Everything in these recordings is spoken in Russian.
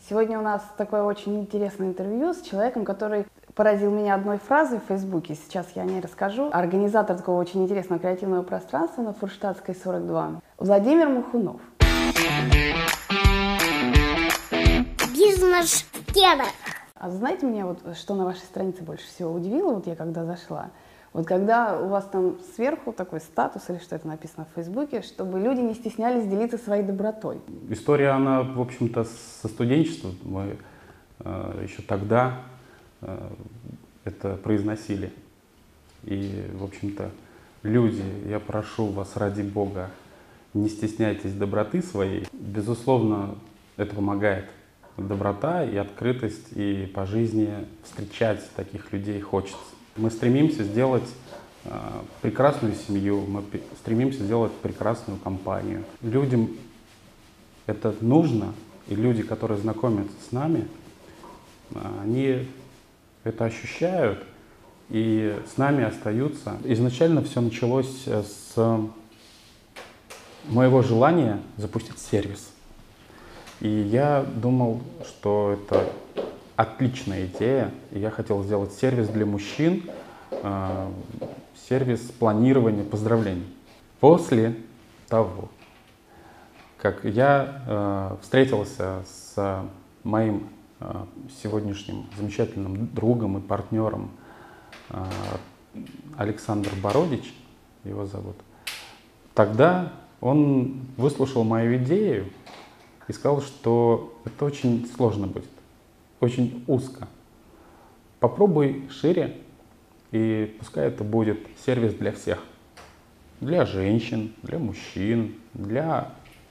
Сегодня у нас такое очень интересное интервью с человеком, который поразил меня одной фразой в Фейсбуке. Сейчас я о ней расскажу. Организатор такого очень интересного креативного пространства на Фурштадтской, 42. Владимир Мухунов. Бизнес-тема. А знаете, меня вот что на вашей странице больше всего удивило, вот я когда зашла? Вот когда у вас там сверху такой статус или что это написано в Фейсбуке, чтобы люди не стеснялись делиться своей добротой. История, она, в общем-то, со студенчества. Мы еще тогда это произносили. И, в общем-то, люди, я прошу вас, ради Бога, не стесняйтесь доброты своей. Безусловно, это помогает. Доброта и открытость, и по жизни встречать таких людей хочется. Мы стремимся сделать прекрасную семью, мы стремимся сделать прекрасную компанию. Людям это нужно, и люди, которые знакомятся с нами, они это ощущают и с нами остаются. Изначально все началось с моего желания запустить сервис. И я думал, что это отличная идея. И я хотел сделать сервис для мужчин, сервис планирования поздравлений. После того, как я встретился с моим сегодняшним замечательным другом и партнером Александр Бородич, его зовут, тогда он выслушал мою идею и сказал, что это очень сложно будет, очень узко. Попробуй шире, и пускай это будет сервис для всех. Для женщин, для мужчин, для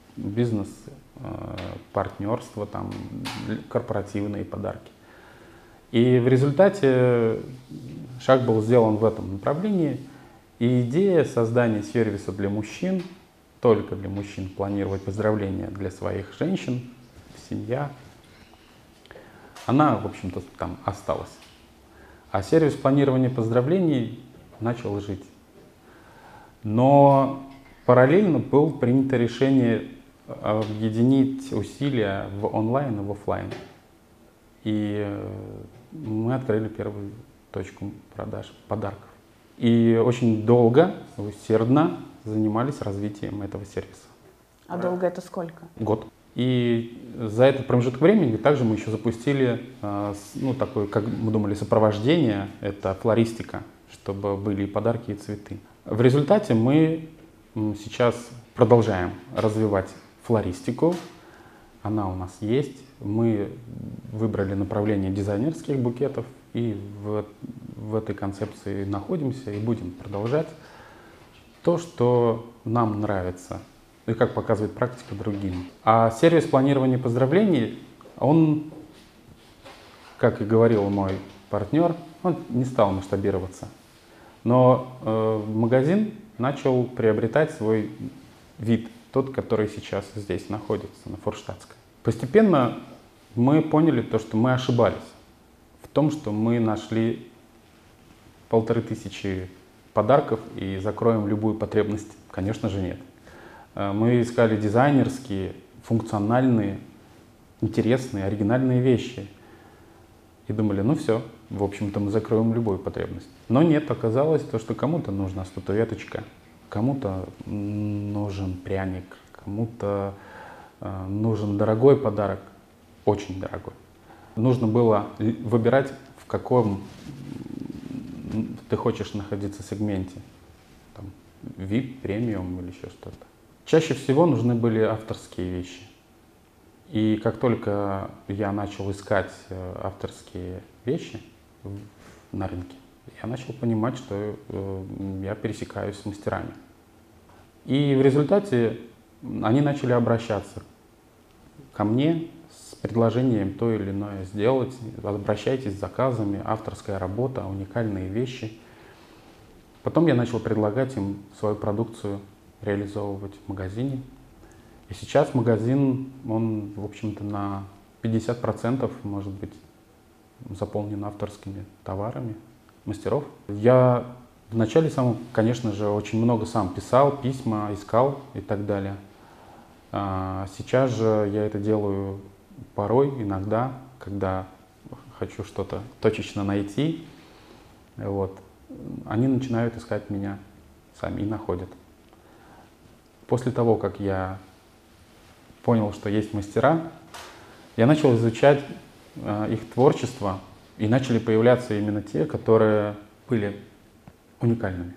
бизнес-партнерства, там, корпоративные подарки. И в результате шаг был сделан в этом направлении. И идея создания сервиса для мужчин, только для мужчин, планировать поздравления для своих женщин, семья, она, в общем-то, там осталась. А сервис планирования поздравлений начал жить. Но параллельно было принято решение объединить усилия в онлайн и в офлайн. И мы открыли первую точку продаж подарков. И очень долго, усердно занимались развитием этого сервиса. А долго это сколько? Год. И за этот промежуток времени также мы еще запустили, такое, как мы думали, сопровождение, это флористика, чтобы были и подарки, и цветы. В результате мы сейчас продолжаем развивать флористику, она у нас есть. Мы выбрали направление дизайнерских букетов и в этой концепции находимся и будем продолжать то, что нам нравится. И как показывает практика другим. А сервис планирования поздравлений, он, как и говорил мой партнер, он не стал масштабироваться. Но магазин начал приобретать свой вид, тот, который сейчас здесь находится, на Фурштадтской. Постепенно мы поняли то, что мы ошибались в том, что мы нашли 1500 подарков и закроем любую потребность. Конечно же, нет. Мы искали дизайнерские, функциональные, интересные, оригинальные вещи. И думали, ну все, в общем-то мы закроем любую потребность. Но нет, оказалось то, что кому-то нужна статуэточка, кому-то нужен пряник, кому-то нужен дорогой подарок, очень дорогой. Нужно было выбирать, в каком ты хочешь находиться сегменте. Там, VIP, премиум или еще что-то. Чаще всего нужны были авторские вещи. И как только я начал искать авторские вещи на рынке, я начал понимать, что я пересекаюсь с мастерами. И в результате они начали обращаться ко мне с предложением то или иное сделать. Обращайтесь с заказами, авторская работа, уникальные вещи. Потом я начал предлагать им свою продукцию реализовывать в магазине. И сейчас магазин, он, в общем-то, на 50% может быть заполнен авторскими товарами мастеров. Я вначале сам, конечно же, очень много сам писал, письма искал и так далее. Сейчас же я это делаю порой, иногда, когда хочу что-то точечно найти, вот, они начинают искать меня сами и находят. После того, как я понял, что есть мастера, я начал изучать их творчество, и начали появляться именно те, которые были уникальными,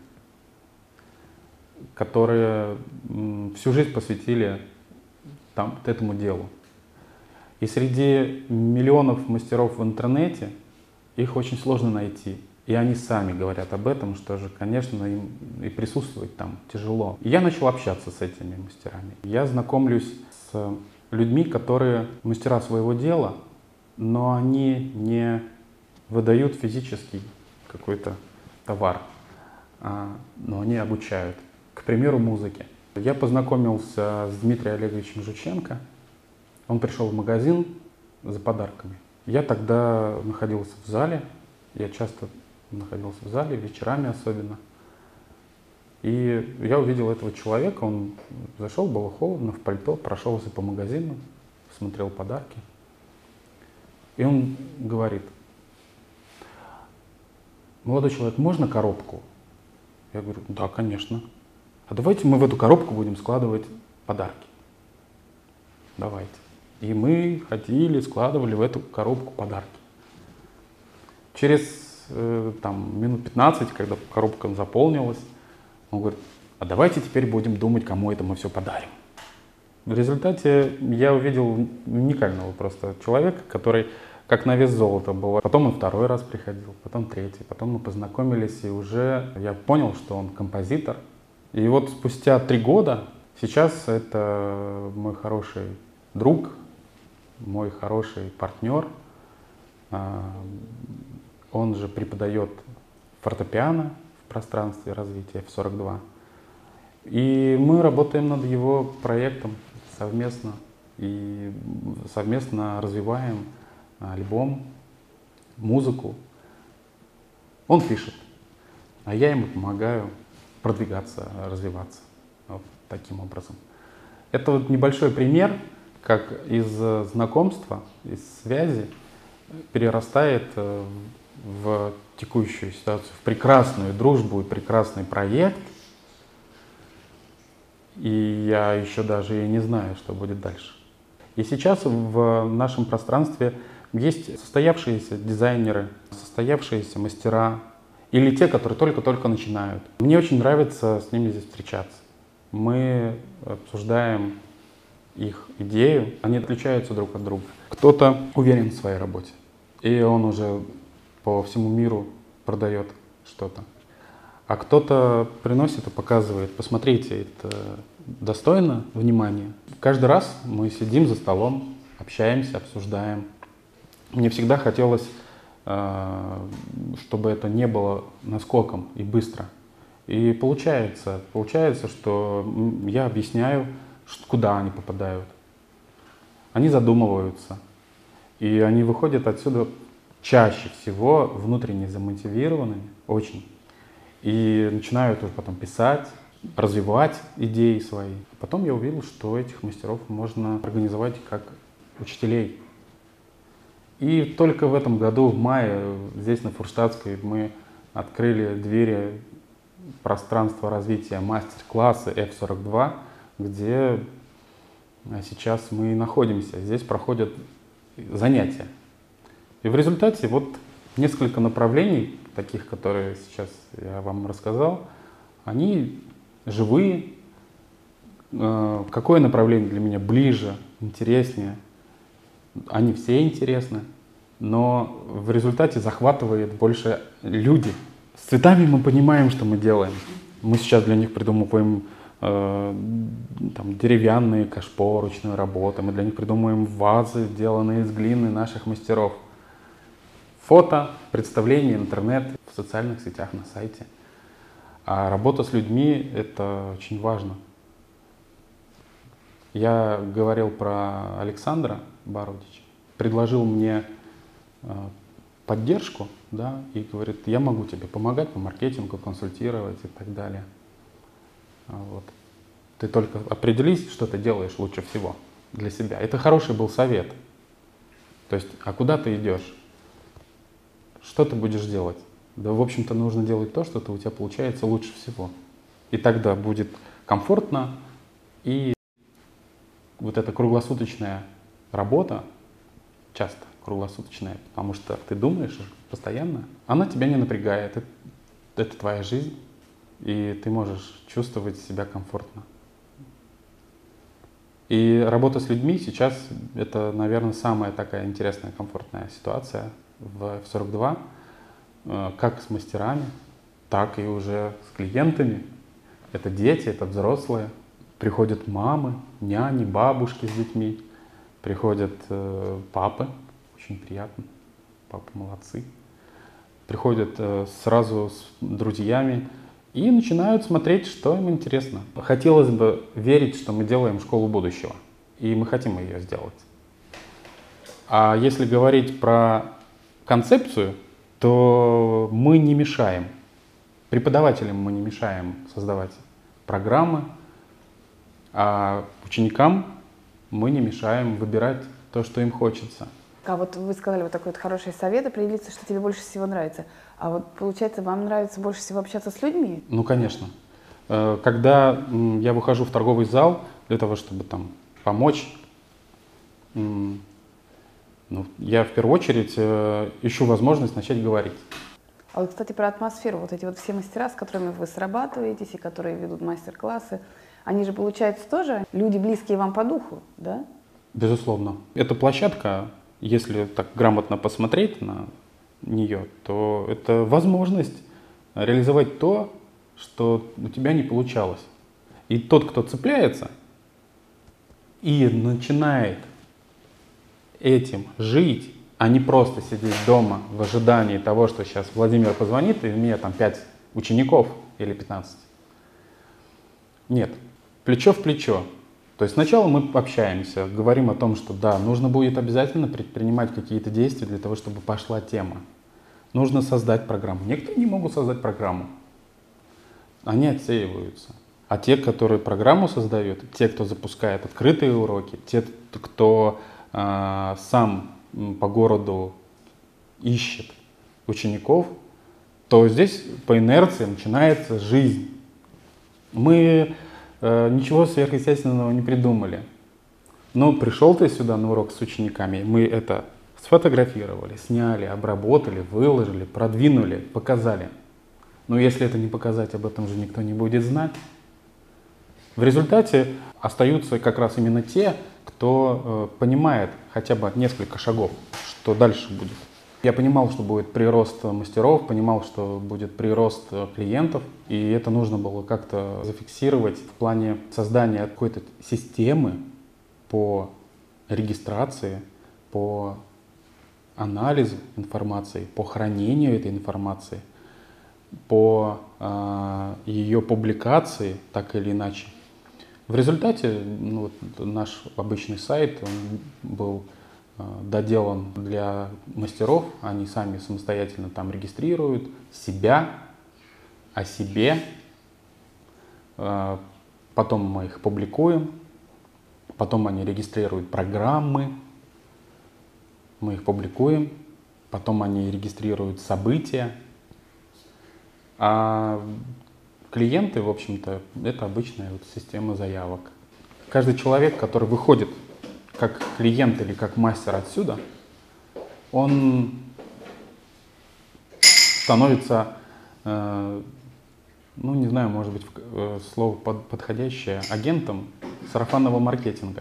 которые всю жизнь посвятили этому делу. И среди миллионов мастеров в интернете их очень сложно найти. И они сами говорят об этом, что же, конечно, им и присутствовать там тяжело. И я начал общаться с этими мастерами. Я знакомлюсь с людьми, которые мастера своего дела, но они не выдают физический какой-то товар, но они обучают. К примеру, музыке. Я познакомился с Дмитрием Олеговичем Жученко. Он пришел в магазин за подарками. Я тогда находился в зале, я часто находился в зале, вечерами особенно. И я увидел этого человека, он зашел, было холодно, в пальто, прошелся по магазину, смотрел подарки. И он говорит: молодой человек, можно коробку? Я говорю: да, конечно. А давайте мы в эту коробку будем складывать подарки. Давайте. И мы ходили, складывали в эту коробку подарки. Через минут 15, когда коробка заполнилась, он говорит: а давайте теперь будем думать, кому это мы все подарим. В результате я увидел уникального просто человека, который как на вес золота был. Потом он второй раз приходил, потом третий, потом мы познакомились, и уже я понял, что он композитор. И вот спустя 3 года, сейчас это мой хороший друг, мой хороший партнер. Он же преподает фортепиано в пространстве развития F42. И мы работаем над его проектом совместно. И совместно развиваем альбом, музыку. Он пишет, а я ему помогаю продвигаться, развиваться. Вот таким образом. Это вот небольшой пример, как из знакомства, из связи перерастает в текущую ситуацию, в прекрасную дружбу и прекрасный проект. И я еще даже и не знаю, что будет дальше. И сейчас в нашем пространстве есть состоявшиеся дизайнеры, состоявшиеся мастера или те, которые только-только начинают. Мне очень нравится с ними здесь встречаться. Мы обсуждаем их идею, они отличаются друг от друга. Кто-то уверен в своей работе, и он уже по всему миру продает что-то. А кто-то приносит и показывает: посмотрите, это достойно внимания. Каждый раз мы сидим за столом, общаемся, обсуждаем. Мне всегда хотелось, чтобы это не было наскоком и быстро. И получается, что я объясняю, куда они попадают. Они задумываются. И они выходят отсюда чаще всего внутренне замотивированными, очень. И начинают уже потом писать, развивать идеи свои. Потом я увидел, что этих мастеров можно организовать как учителей. И только в этом году, в мае, здесь на Фурштадтской, мы открыли двери пространства развития мастер-класса F42, где сейчас мы и находимся. Здесь проходят занятия. И в результате вот несколько направлений, таких, которые сейчас я вам рассказал, они живые. Какое направление для меня ближе, интереснее? Они все интересны, но в результате захватывает больше люди. С цветами мы понимаем, что мы делаем. Мы сейчас для них придумываем деревянные кашпо ручной работы, мы для них придумываем вазы, сделанные из глины наших мастеров. Фото, представление, интернет, в социальных сетях, на сайте. А работа с людьми — это очень важно. Я говорил про Александра Барудича, предложил мне поддержку, да, и говорит: я могу тебе помогать по маркетингу, консультировать и так далее. Вот. Ты только определись, что ты делаешь лучше всего для себя. Это хороший был совет. То есть, а куда ты идешь? Что ты будешь делать? Да, в общем-то, нужно делать то, что у тебя получается лучше всего. И тогда будет комфортно, и вот эта круглосуточная работа, часто круглосуточная, потому что ты думаешь постоянно, она тебя не напрягает. Это твоя жизнь, и ты можешь чувствовать себя комфортно. И работа с людьми сейчас это, наверное, самая такая интересная, комфортная ситуация в F42, как с мастерами, так и уже с клиентами. Это дети, это взрослые. Приходят мамы, няни, бабушки с детьми, приходят папы, очень приятно, папы молодцы. Приходят сразу с друзьями и начинают смотреть, что им интересно. Хотелось бы верить, что мы делаем школу будущего, и мы хотим ее сделать. А если говорить про концепцию, то мы не мешаем. Преподавателям мы не мешаем создавать программы, а ученикам мы не мешаем выбирать то, что им хочется. А вот вы сказали вот такой вот хороший совет, определиться, что тебе больше всего нравится. А вот получается, вам нравится больше всего общаться с людьми? Ну, конечно. Когда я выхожу в торговый зал для того, чтобы там помочь, я в первую очередь ищу возможность начать говорить. А вот, кстати, про атмосферу. Вот эти вот все мастера, с которыми вы срабатываетесь и которые ведут мастер-классы, они же, получается, тоже люди, близкие вам по духу, да? Безусловно. Эта площадка, если так грамотно посмотреть на нее, то это возможность реализовать то, что у тебя не получалось. И тот, кто цепляется и начинает этим жить, а не просто сидеть дома в ожидании того, что сейчас Владимир позвонит, и у меня там 5 учеников или 15. Нет, плечо в плечо. То есть сначала мы общаемся, говорим о том, что да, нужно будет обязательно предпринимать какие-то действия для того, чтобы пошла тема. Нужно создать программу. Некоторые не могут создать программу. Они отсеиваются. А те, которые программу создают, те, кто запускает открытые уроки, те, кто сам по городу ищет учеников, то здесь по инерции начинается жизнь. Мы ничего сверхъестественного не придумали. Но пришел ты сюда на урок с учениками, мы это сфотографировали, сняли, обработали, выложили, продвинули, показали. Но если это не показать, об этом же никто не будет знать. В результате остаются как раз именно те, кто понимает хотя бы несколько шагов, что дальше будет. Я понимал, что будет прирост мастеров, понимал, что будет прирост клиентов, и это нужно было как-то зафиксировать в плане создания какой-то системы по регистрации, по анализу информации, по хранению этой информации, по ее публикации, так или иначе. В результате наш обычный сайт он был доделан для мастеров, они сами самостоятельно там регистрируют себя, о себе, потом мы их публикуем, потом они регистрируют программы, мы их публикуем, потом они регистрируют события, а клиенты, в общем-то, это обычная система заявок. Каждый человек, который выходит как клиент или как мастер отсюда, он становится, не знаю, может быть, слово подходящее, агентом сарафанного маркетинга.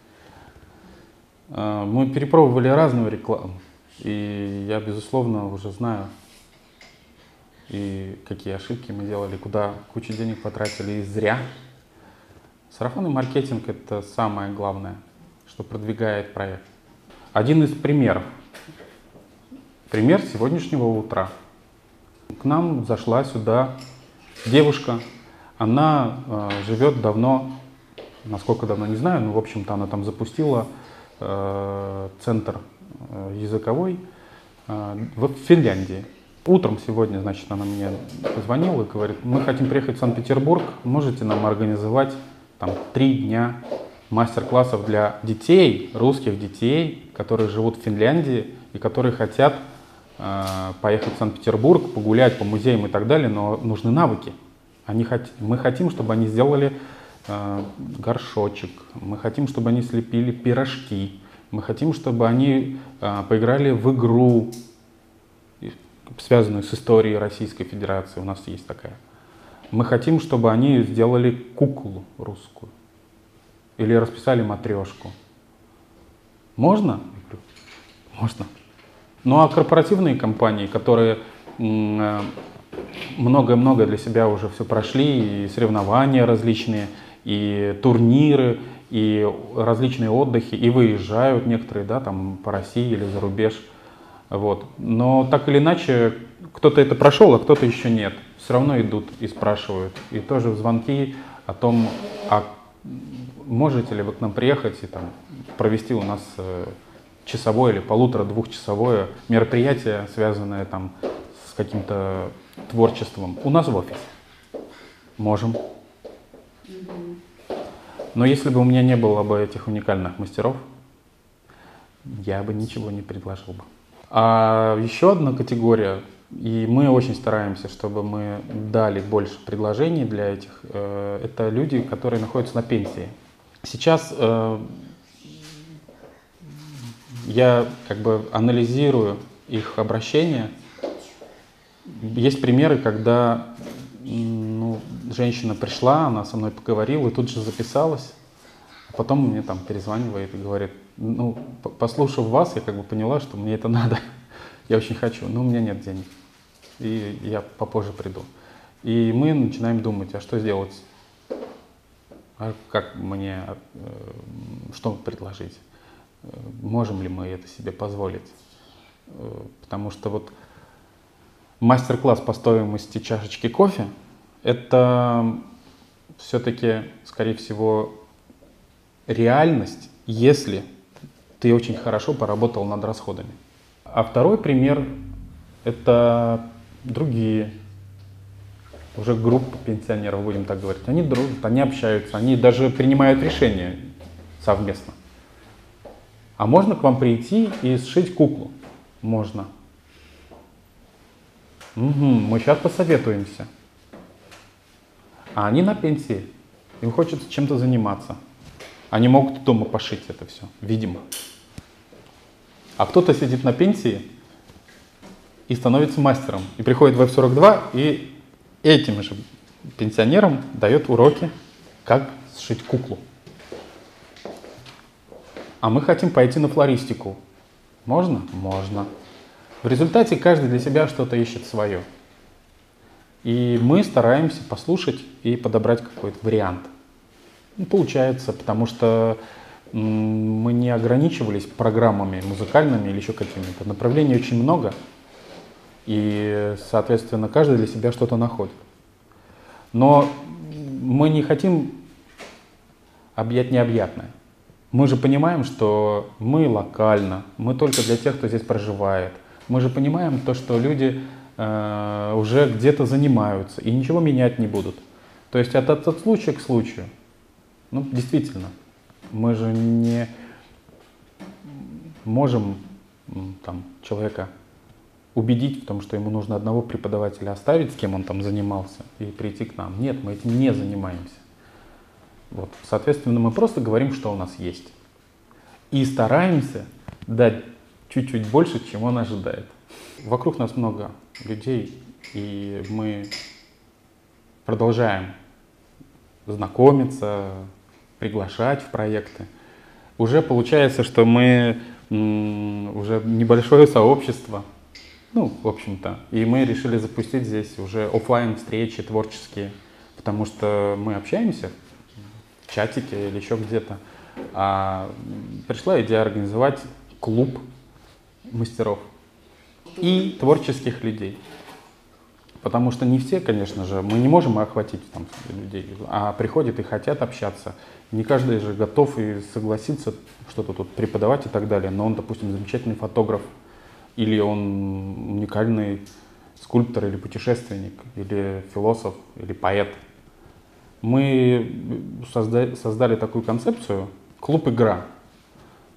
Мы перепробовали разную рекламу, и я, безусловно, уже знаю, и какие ошибки мы делали, куда кучу денег потратили и зря. Сарафанный маркетинг — это самое главное, что продвигает проект. Один из примеров. Пример сегодняшнего утра. К нам зашла сюда девушка. Она живет давно, насколько давно, не знаю, но, в общем-то, она там запустила центр языковой в Финляндии. Утром сегодня, значит, она мне позвонила и говорит: мы хотим приехать в Санкт-Петербург, можете нам организовать там 3 дня мастер-классов для детей, русских детей, которые живут в Финляндии и которые хотят поехать в Санкт-Петербург, погулять по музеям и так далее, но нужны навыки. Мы хотим, чтобы они сделали горшочек, мы хотим, чтобы они слепили пирожки, мы хотим, чтобы они поиграли в игру, связанную с историей Российской Федерации, у нас есть такая. Мы хотим, чтобы они сделали куклу русскую или расписали матрешку. Можно? Можно. Ну а корпоративные компании, которые много-много для себя уже все прошли, и соревнования различные, и турниры, и различные отдыхи, и выезжают некоторые, да, там по России или за рубеж. Вот. Но так или иначе, кто-то это прошел, а кто-то еще нет. Все равно идут и спрашивают. И тоже звонки о том, а можете ли вы к нам приехать и там провести у нас часовое или полутора-двухчасовое мероприятие, связанное там с каким-то творчеством. У нас в офисе. Можем. Но если бы у меня не было бы этих уникальных мастеров, я бы ничего не предложил бы. А еще одна категория, и мы очень стараемся, чтобы мы дали больше предложений для этих, это люди, которые находятся на пенсии. Сейчас я как бы анализирую их обращения. Есть примеры, когда женщина пришла, она со мной поговорила и тут же записалась, а потом мне там перезванивает и говорит, послушав вас, я как бы поняла, что мне это надо, я очень хочу, но у меня нет денег, и я попозже приду. И мы начинаем думать, а что сделать, а как мне, что предложить, можем ли мы это себе позволить, потому что вот мастер-класс по стоимости чашечки кофе — это все-таки, скорее всего, реальность, если ты очень хорошо поработал над расходами. А второй пример — это другие, уже группы пенсионеров, будем так говорить. Они дружат, они общаются, они даже принимают решения совместно. А можно к вам прийти и сшить куклу? Можно. Мы сейчас посоветуемся. А они на пенсии, им хочется чем-то заниматься. Они могут дома пошить это все, видимо. А кто-то сидит на пенсии и становится мастером. И приходит в F42 и этим же пенсионерам дает уроки, как сшить куклу. А мы хотим пойти на флористику. Можно? Можно. В результате каждый для себя что-то ищет свое. И мы стараемся послушать и подобрать какой-то вариант. Получается, потому что мы не ограничивались программами музыкальными или еще какими-то. Направлений очень много. И, соответственно, каждый для себя что-то находит. Но мы не хотим объять необъятное. Мы же понимаем, что мы локально, мы только для тех, кто здесь проживает. Мы же понимаем то, что люди уже где-то занимаются и ничего менять не будут. То есть от случая к случаю. Действительно, мы же не можем там человека убедить в том, что ему нужно одного преподавателя оставить, с кем он там занимался, и прийти к нам. Нет, мы этим не занимаемся. Вот. Соответственно, мы просто говорим, что у нас есть. И стараемся дать чуть-чуть больше, чем он ожидает. Вокруг нас много людей, и мы продолжаем знакомиться, приглашать в проекты. Уже получается, что мы уже небольшое сообщество, в общем-то, и мы решили запустить здесь уже офлайн встречи творческие, потому что мы общаемся в чатике или еще где-то. А пришла идея организовать клуб мастеров и творческих людей. Потому что не все, конечно же, мы не можем охватить там людей, а приходят и хотят общаться. Не каждый же готов и согласится что-то тут преподавать и так далее. Но он, допустим, замечательный фотограф, или он уникальный скульптор, или путешественник, или философ, или поэт. Мы создали такую концепцию «Клуб-игра».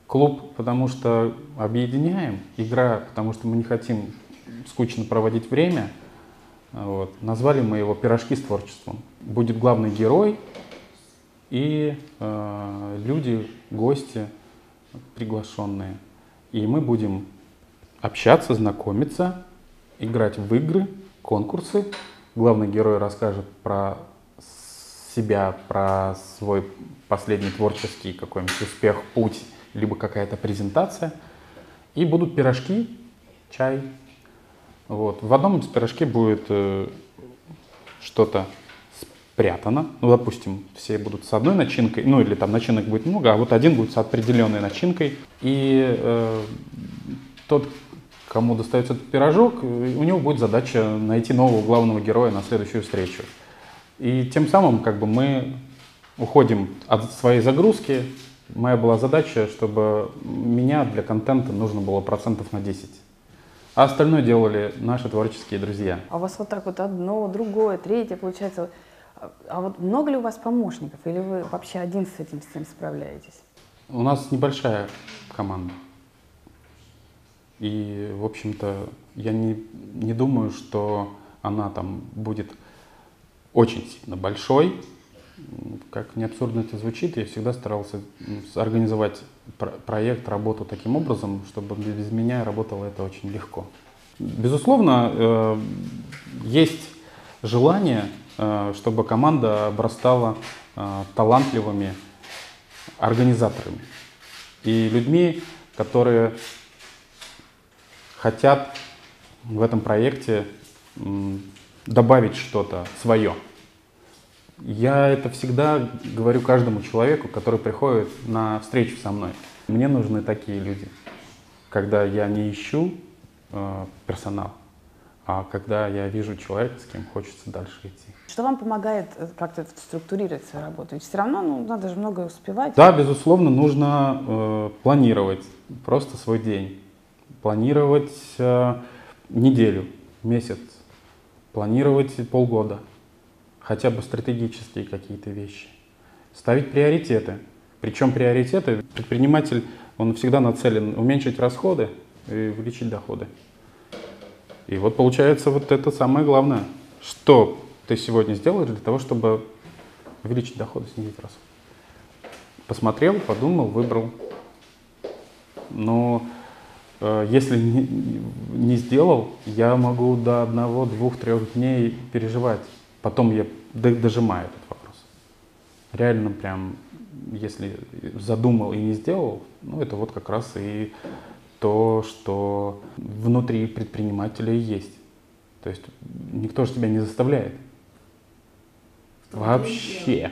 Клуб, потому что объединяем, игра, потому что мы не хотим скучно проводить время. Вот. Назвали мы его «Пирожки с творчеством». Будет главный герой и люди, гости приглашенные. И мы будем общаться, знакомиться, играть в игры, конкурсы. Главный герой расскажет про себя, про свой последний творческий какой-нибудь успех, путь, либо какая-то презентация. И будут пирожки, чай. Вот. В одном из пирожке будет что-то спрятано. Ну, допустим, все будут с одной начинкой, ну или там начинок будет много, а вот один будет с определенной начинкой. И тот, кому достается этот пирожок, у него будет задача найти нового главного героя на следующую встречу. И тем самым как бы мы уходим от своей загрузки. Моя была задача, чтобы меня для контента нужно было процентов на 10. А остальное делали наши творческие друзья. А у вас вот так вот одно, другое, третье получается. А вот много ли у вас помощников? Или вы вообще один с этим всем справляетесь? У нас небольшая команда. И, в общем-то, я не думаю, что она там будет очень сильно большой. Как не абсурдно это звучит, я всегда старался организовать проект, работу таким образом, чтобы без меня работало это очень легко. Безусловно, есть желание, чтобы команда обрастала талантливыми организаторами и людьми, которые хотят в этом проекте добавить что-то свое. Я это всегда говорю каждому человеку, который приходит на встречу со мной. Мне нужны такие люди, когда я не ищу персонал, а когда я вижу человека, с кем хочется дальше идти. Что вам помогает как-то структурировать свою работу? Ведь все равно надо же многое успевать. Да, безусловно, нужно планировать просто свой день, планировать неделю, месяц, планировать полгода. Хотя бы стратегические какие-то вещи. Ставить приоритеты. Причем приоритеты, предприниматель, он всегда нацелен уменьшить расходы и увеличить доходы. И вот получается вот это самое главное. Что ты сегодня сделаешь для того, чтобы увеличить доходы, снизить расходы? Посмотрел, подумал, выбрал. Но если не сделал, я могу до 1, 2, 3 дней переживать. Потом я дожимаю этот вопрос. Реально прям, если задумал и не сделал, ну это вот как раз и то, что внутри предпринимателя есть. То есть никто же тебя не заставляет. Вообще.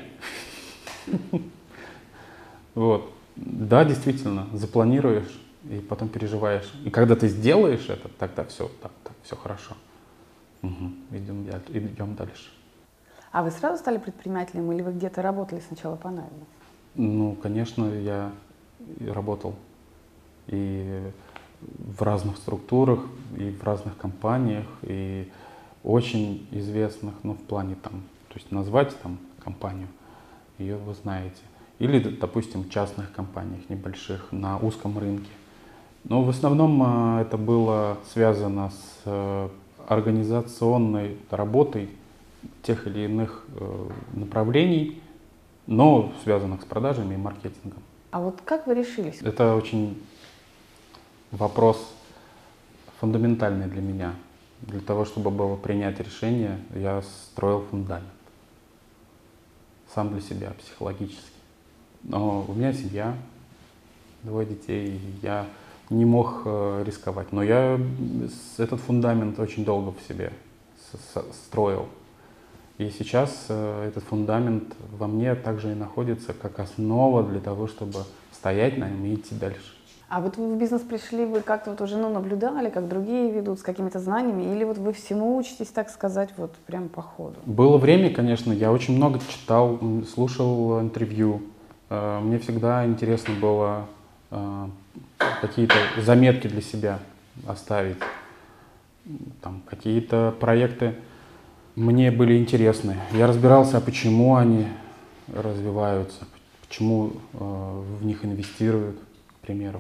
Вот. Да, действительно, запланируешь и потом переживаешь. И когда ты сделаешь это, тогда все, все хорошо. Угу. Идем дальше. А вы сразу стали предпринимателем или вы где-то работали сначала по найму? Ну, конечно, я работал и в разных структурах, и в разных компаниях, и очень известных, ну, в плане там, то есть назвать там компанию, ее вы знаете. Или, допустим, частных компаниях небольших на узком рынке. Но в основном это было связано с организационной работой тех или иных направлений, но связанных с продажами и маркетингом. А вот как вы решились? Это очень вопрос фундаментальный для меня. Для того, чтобы было принять решение, я строил фундамент. Сам для себя, психологически. Но у меня семья, 2 детей, я не мог рисковать. Но я этот фундамент очень долго в себе строил. И сейчас этот фундамент во мне также и находится как основа для того, чтобы стоять на нем и идти дальше. А вот вы в бизнес пришли, вы как-то вот уже наблюдали, как другие ведут, с какими-то знаниями, или вот вы всему учитесь, так сказать, вот прям по ходу? Было время, конечно, я очень много читал, слушал интервью. Мне всегда интересно было какие-то заметки для себя оставить, там, какие-то проекты мне были интересны. Я разбирался, почему они развиваются, почему в них инвестируют, примеру.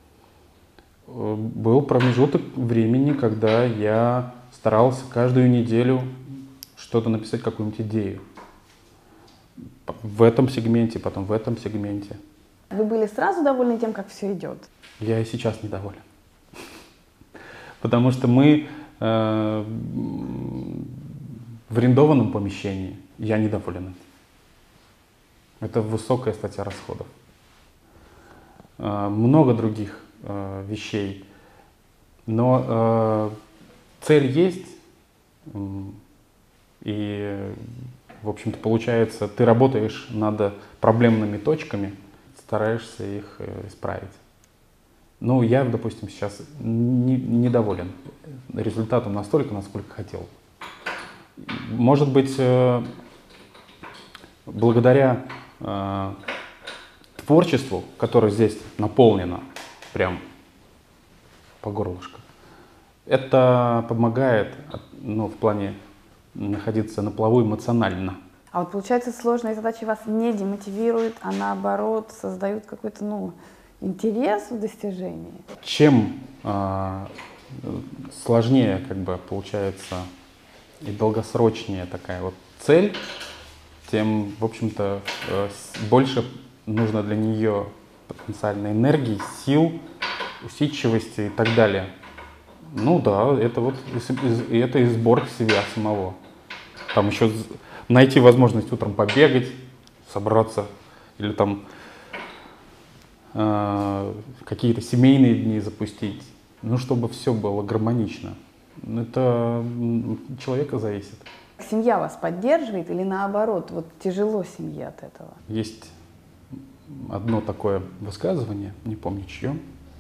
Был промежуток времени, когда я старался каждую неделю что-то написать, какую-нибудь идею. В этом сегменте, потом в этом сегменте. Вы были сразу довольны тем, как все идет? Я и сейчас недоволен. Потому что мы в арендованном помещении. Я недоволен этим. Это высокая статья расходов. Много других вещей. Но цель есть. И, в общем-то, получается, ты работаешь над проблемными точками, стараешься их исправить. Ну, я, допустим, сейчас недоволен результатом настолько, насколько хотел. Может быть, благодаря творчеству, которое здесь наполнено прям по горлышко, это помогает, ну, в плане находиться на плаву эмоционально. А вот получается, сложные задачи вас не демотивируют, а наоборот создают какой-то, ну, интерес в достижении? Чем сложнее, как бы, получается, и долгосрочнее такая вот цель, тем, в общем-то, больше нужно для нее потенциальной энергии, сил, усидчивости и так далее. Ну да, это вот это и сбор себя самого. Там еще найти возможность утром побегать, собраться, или там какие-то семейные дни запустить, ну, чтобы все было гармонично. Это от человека зависит. Семья вас поддерживает или наоборот, вот тяжело семье от этого? Есть одно такое высказывание, не помню чье.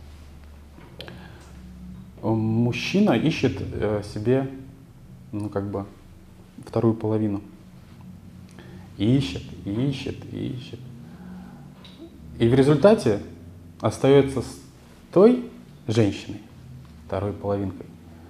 Мужчина ищет себе, ну, как бы, вторую половину. Ищет, ищет, ищет. И в результате остается с той женщиной, второй половинкой,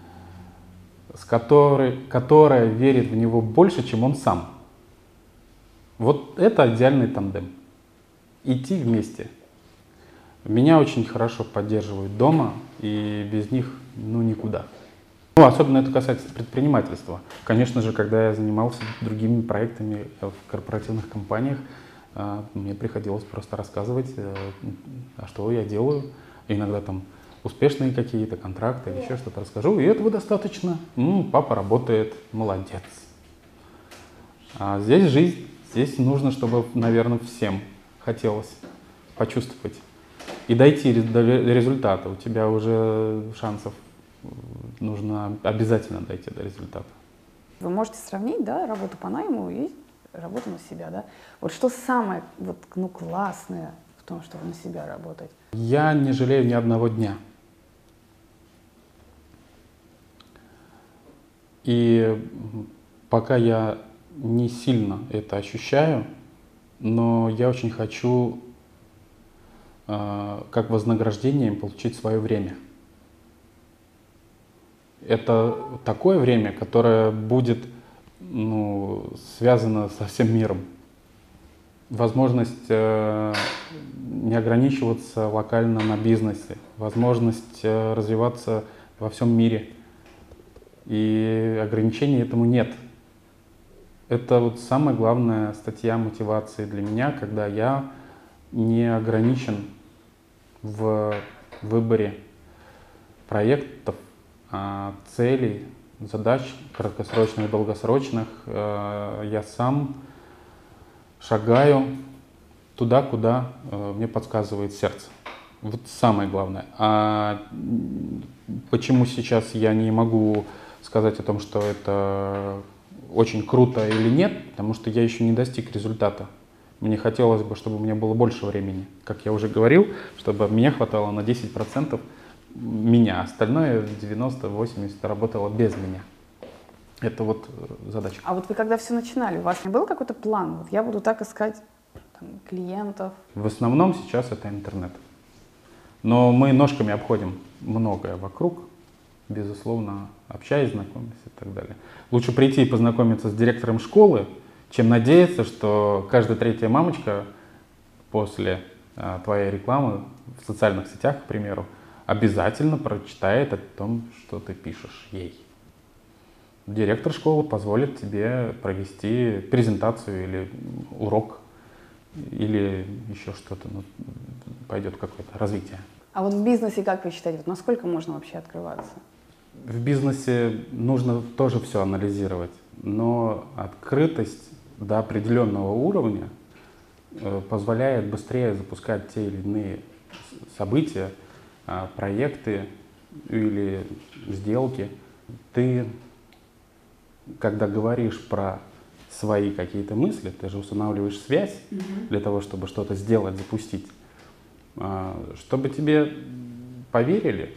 которая верит в него больше, чем он сам. Вот это идеальный тандем. Идти вместе. Меня очень хорошо поддерживают дома, и без них, ну, никуда. Ну, особенно это касается предпринимательства. Конечно же, когда я занимался другими проектами в корпоративных компаниях, мне приходилось просто рассказывать, а что я делаю. Иногда там успешные какие-то контракты или еще что-то расскажу, и этого достаточно. Папа работает, молодец. А здесь жизнь, здесь нужно, чтобы, наверное, всем хотелось почувствовать и дойти до результата. У тебя уже шансов нужно обязательно дойти до результата. Вы можете сравнить, да, работу по найму и работу на себя, да? Вот что самое, вот, ну, классное в том, чтобы на себя работать? Я не жалею ни одного дня. И пока я не сильно это ощущаю, но я очень хочу как вознаграждение получить свое время. Это такое время, которое будет, ну, связано со всем миром. Возможность не ограничиваться локально на бизнесе, возможность развиваться во всем мире. И ограничений этому нет. Это вот самая главная статья мотивации для меня, когда я не ограничен в выборе проектов, целей, задач краткосрочных и долгосрочных. Я сам шагаю туда, куда мне подсказывает сердце. Вот самое главное. А почему сейчас я не могу сказать о том, что это очень круто или нет? Потому что я еще не достиг результата. Мне хотелось бы, чтобы у меня было больше времени. Как я уже говорил, чтобы мне хватало на 10% меня. Остальное 90-80% работало без меня. Это вот задача. А вот вы когда все начинали, у вас не был какой-то план? Вот я буду так искать там клиентов. В основном сейчас это интернет. Но мы ножками обходим многое вокруг, безусловно, общаясь, знакомясь и так далее. Лучше прийти и познакомиться с директором школы, чем надеяться, что каждая третья мамочка после твоей рекламы в социальных сетях, к примеру, обязательно прочитает о том, что ты пишешь ей. Директор школы позволит тебе провести презентацию или урок, или еще что-то, ну, пойдет какое-то развитие. А вот в бизнесе, как вы считаете, вот насколько можно вообще открываться? В бизнесе нужно тоже все анализировать, но открытость до определенного уровня позволяет быстрее запускать те или иные события, проекты или сделки. Ты, когда говоришь про свои какие-то мысли, ты же устанавливаешь связь для того, чтобы что-то сделать, запустить, чтобы тебе поверили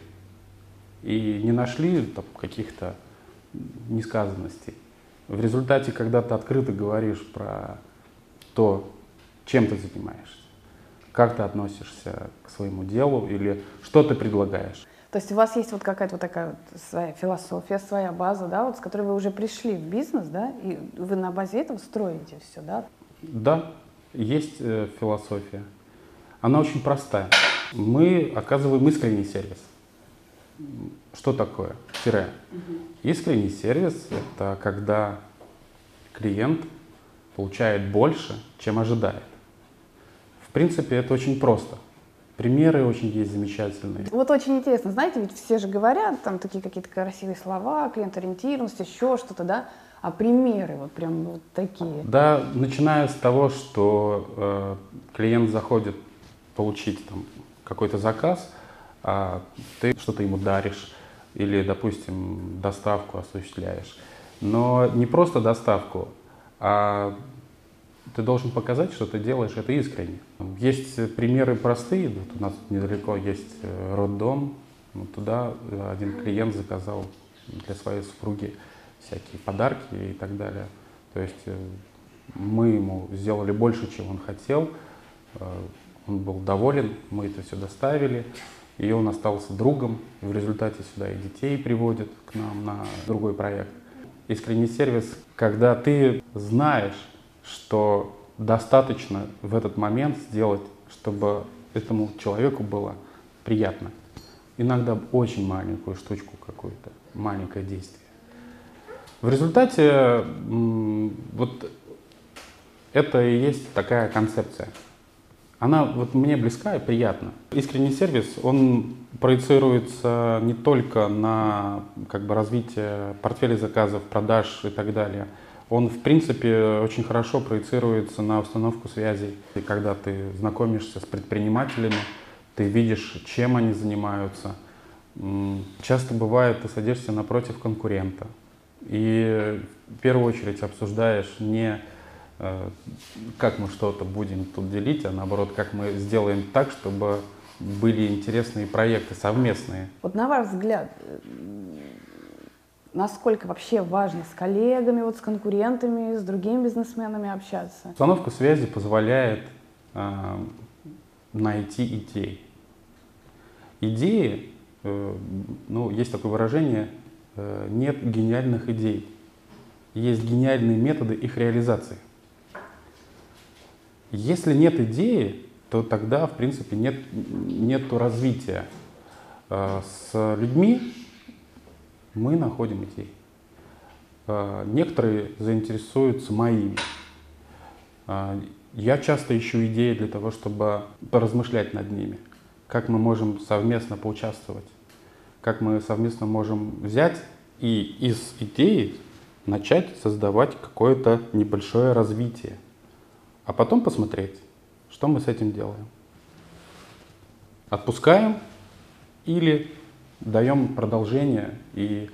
и не нашли там каких-то несказанностей. В результате, когда ты открыто говоришь про то, чем ты занимаешься, как ты относишься к своему делу или что ты предлагаешь. То есть у вас есть вот какая-то вот такая вот своя философия, своя база, да, вот с которой вы уже пришли в бизнес, да, и вы на базе этого строите все, да? Да, есть философия. Она очень простая. Мы оказываем искренний сервис. Что такое? Тире. Искренний сервис — это когда клиент получает больше, чем ожидает. В принципе, это очень просто. Примеры очень есть замечательные. Вот очень интересно, знаете, ведь все же говорят, там такие какие-то красивые слова, клиент-ориентированность, еще что-то, да, а примеры вот прям вот такие. Да, начиная с того, что клиент заходит получить там какой-то заказ, а ты что-то ему даришь или, допустим, доставку осуществляешь. Но не просто доставку, а ты должен показать, что ты делаешь это искренне. Есть примеры простые. Вот у нас недалеко есть роддом. Вот туда один клиент заказал для своей супруги всякие подарки и так далее. То есть мы ему сделали больше, чем он хотел. Он был доволен, мы это все доставили. И он остался другом. В результате сюда и детей приводят к нам на другой проект. Искренний сервис, когда ты знаешь, что достаточно в этот момент сделать, чтобы этому человеку было приятно. Иногда очень маленькую штучку какую-то, маленькое действие. В результате вот это и есть такая концепция. Она вот мне близка и приятна. Искренний сервис, он проецируется не только на как бы развитие портфеля заказов, продаж и так далее. Он, в принципе, очень хорошо проецируется на установку связей. И когда ты знакомишься с предпринимателями, ты видишь, чем они занимаются. Часто бывает, ты садишься напротив конкурента. И в первую очередь обсуждаешь не как мы что-то будем тут делить, а наоборот, как мы сделаем так, чтобы были интересные проекты совместные. Вот на ваш взгляд, насколько вообще важно с коллегами, вот с конкурентами, с другими бизнесменами общаться? Установка связи позволяет найти идеи. Идеи, ну, есть такое выражение, нет гениальных идей. Есть гениальные методы их реализации. Если нет идеи, то тогда, в принципе, нету развития. С людьми мы находим идеи. Некоторые заинтересуются моими. Я часто ищу идеи для того, чтобы поразмышлять над ними. Как мы можем совместно поучаствовать. Как мы совместно можем взять и из идеи начать создавать какое-то небольшое развитие. А потом посмотреть, что мы с этим делаем. Отпускаем или даем продолжение и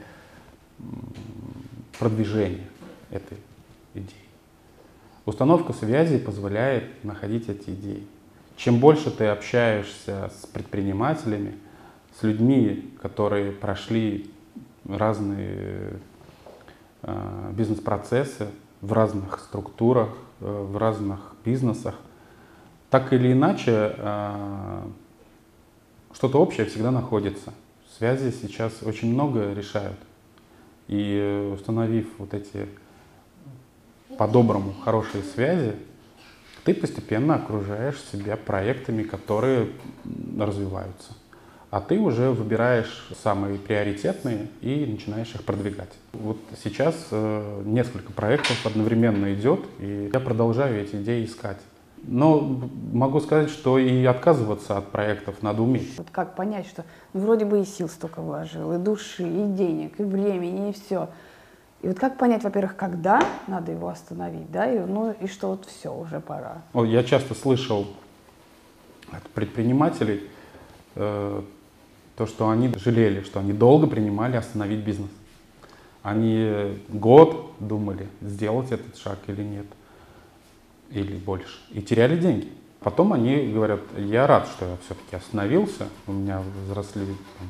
продвижение этой идеи. Установка связей позволяет находить эти идеи. Чем больше ты общаешься с предпринимателями, с людьми, которые прошли разные бизнес-процессы в разных структурах, в разных бизнесах, так или иначе что-то общее всегда находится. Связи сейчас очень много решают. И установив вот эти по-доброму хорошие связи, Ты постепенно окружаешь себя проектами, которые развиваются. А ты уже выбираешь самые приоритетные и начинаешь их продвигать. Вот сейчас несколько проектов одновременно идет, и я продолжаю эти идеи искать. Но могу сказать, что и отказываться от проектов надо уметь. Вот как понять, что вроде бы и сил столько вложил, и души, и денег, и времени, и все. И вот как понять, во-первых, когда надо его остановить, да, и что вот все, уже пора. Я часто слышал от предпринимателей то, что они жалели, что они долго принимали остановить бизнес. Они год думали, сделать этот шаг или нет, или больше, и теряли деньги. Потом они говорят, я рад, что я все-таки остановился, у меня возросли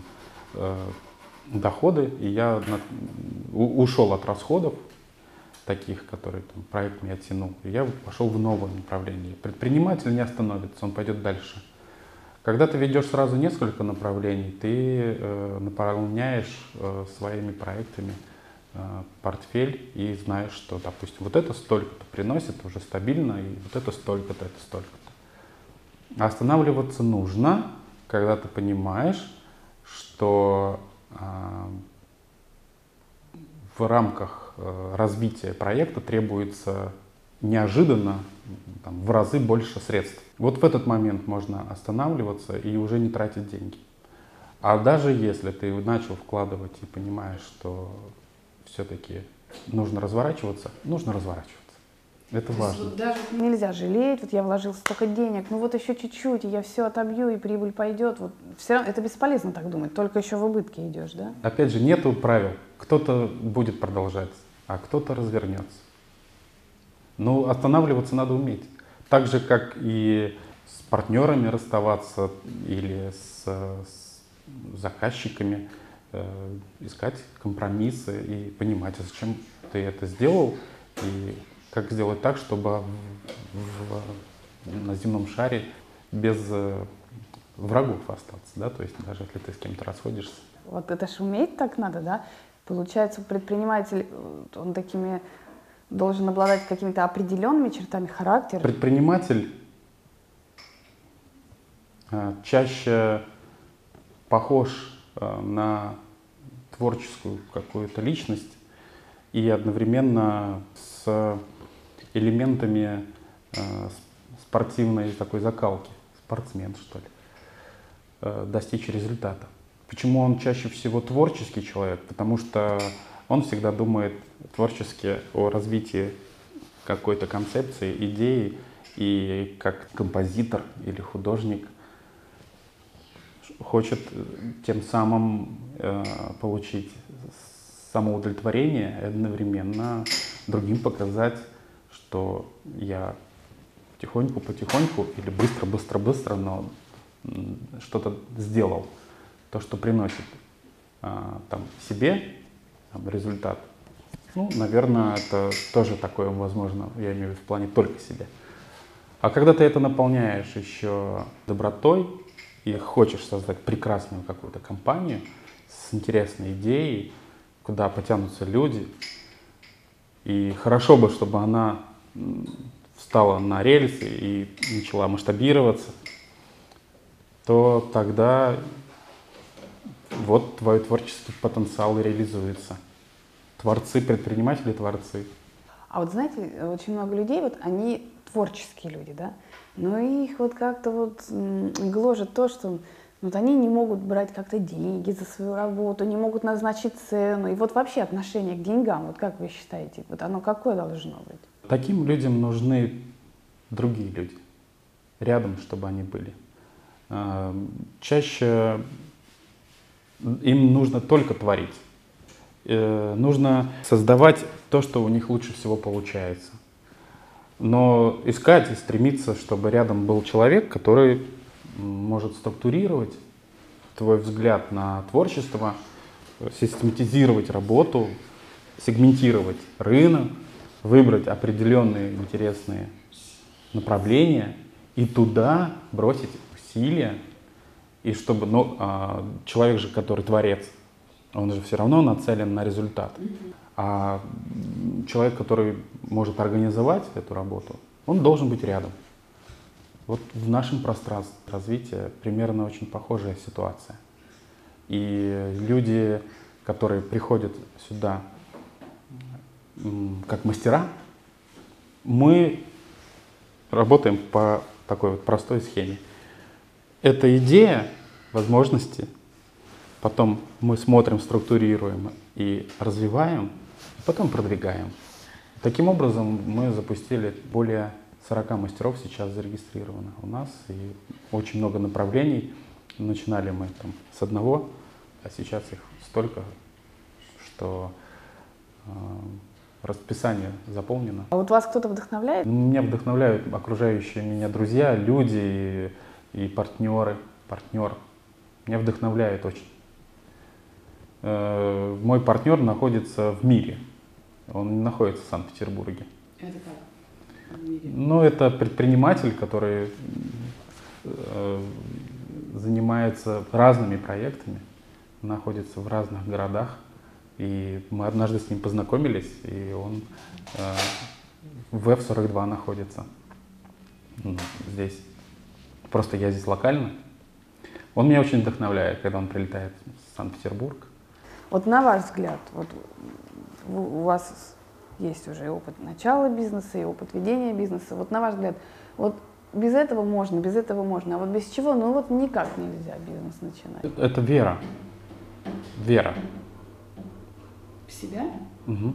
доходы, и я ушел от расходов, таких, которые проект меня тянул, и я пошел в новое направление. Предприниматель не остановится, он пойдет дальше. Когда ты ведешь сразу несколько направлений, ты наполняешь своими проектами портфель и знаешь, что, допустим, вот это столько-то приносит уже стабильно, и вот это столько-то, это столько-то. А останавливаться нужно, когда ты понимаешь, что в рамках развития проекта требуется неожиданно в разы больше средств. Вот в этот момент можно останавливаться и уже не тратить деньги. А даже если ты начал вкладывать и понимаешь, что все-таки нужно разворачиваться, нужно разворачиваться. Это важно. Вот даже нельзя жалеть, вот я вложил столько денег, ну вот еще чуть-чуть, и я все отобью, и прибыль пойдет. Вот все равно это бесполезно так думать, только еще в убытке идешь, да? Опять же, нету правил. Кто-то будет продолжать, а кто-то развернется. Но останавливаться надо уметь. Так же, как и с партнерами расставаться или с заказчиками, искать компромиссы и понимать, а зачем ты это сделал, и как сделать так, чтобы на земном шаре без врагов остаться, да, то есть даже если ты с кем-то расходишься. Вот это ж уметь так надо, да? Получается, предприниматель, он должен обладать какими-то определенными чертами характера. Предприниматель чаще похож на творческую какую-то личность и одновременно с элементами спортивной такой закалки, спортсмен, что ли, достичь результата. Почему он чаще всего творческий человек? Потому что он всегда думает творчески о развитии какой-то концепции, идеи, и как композитор или художник хочет тем самым получить самоудовлетворение и одновременно другим показать, что я потихоньку или быстро, но что-то сделал, то, что приносит себе результат. Ну, наверное, это тоже такое возможно, я имею в виду в плане только себя. А когда ты это наполняешь еще добротой и хочешь создать прекрасную какую-то компанию с интересной идеей, куда потянутся люди, и хорошо бы, чтобы она встала на рельсы и начала масштабироваться, то тогда вот твой творческий потенциал и реализуется. Творцы, предприниматели, творцы. А вот знаете, очень много людей, вот они творческие люди, да, но их вот как-то вот гложет то, что вот они не могут брать как-то деньги за свою работу, не могут назначить цену. И вот вообще отношение к деньгам, вот как вы считаете, вот оно какое должно быть? Таким людям нужны другие люди, рядом, чтобы они были. Чаще им нужно только творить. Нужно создавать то, что у них лучше всего получается. Но искать и стремиться, чтобы рядом был человек, который может структурировать твой взгляд на творчество, систематизировать работу, сегментировать рынок, выбрать определенные интересные направления и туда бросить усилия. И чтобы человек же, который творец, он же все равно нацелен на результат. А человек, который может организовать эту работу, он должен быть рядом. Вот в нашем пространстве развития примерно очень похожая ситуация. И люди, которые приходят сюда как мастера, мы работаем по такой вот простой схеме. Это идея, возможности, потом мы смотрим, структурируем и развиваем, потом продвигаем. Таким образом, мы запустили более 40 мастеров сейчас зарегистрировано у нас, и очень много направлений. Начинали мы там с одного, а сейчас их столько, что расписание заполнено. А вот вас кто-то вдохновляет? Меня вдохновляют окружающие меня друзья, люди и партнеры. Партнер меня вдохновляет очень. Мой партнер находится в мире. Он не находится в Санкт-Петербурге. Это как? В мире? Ну, это предприниматель, который занимается разными проектами, находится в разных городах. И мы однажды с ним познакомились, и он в F42 находится здесь. Просто я здесь локально. Он меня очень вдохновляет, когда он прилетает в Санкт-Петербург. Вот на ваш взгляд, вот у вас есть уже и опыт начала бизнеса, и опыт ведения бизнеса. Вот на ваш взгляд, вот без этого можно, а вот без чего, ну вот никак нельзя бизнес начинать. Это вера. Вера. В себя? Угу.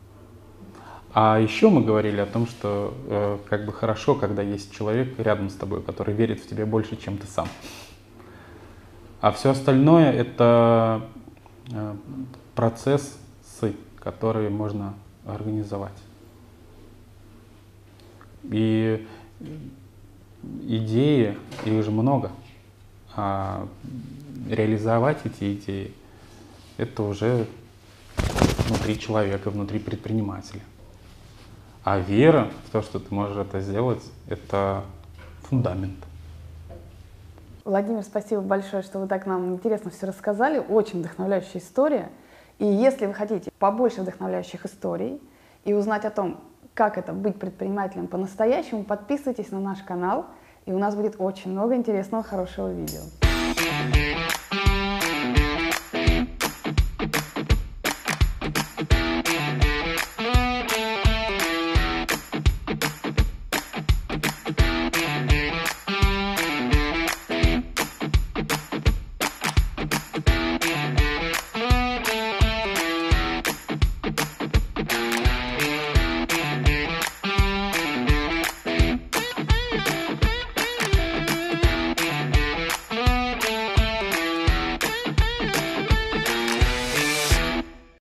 А еще мы говорили о том, что как бы хорошо, когда есть человек рядом с тобой, который верит в тебя больше, чем ты сам. А все остальное — это процессы, которые можно организовать. И идеи, их же много. А реализовать эти идеи — это уже внутри человека, внутри предпринимателя. А вера в то, что ты можешь это сделать, это фундамент. Владимир, спасибо большое, что вы так нам интересно все рассказали. Очень вдохновляющая история. И если вы хотите побольше вдохновляющих историй и узнать о том, как это быть предпринимателем по-настоящему, подписывайтесь на наш канал, и у нас будет очень много интересного, хорошего видео.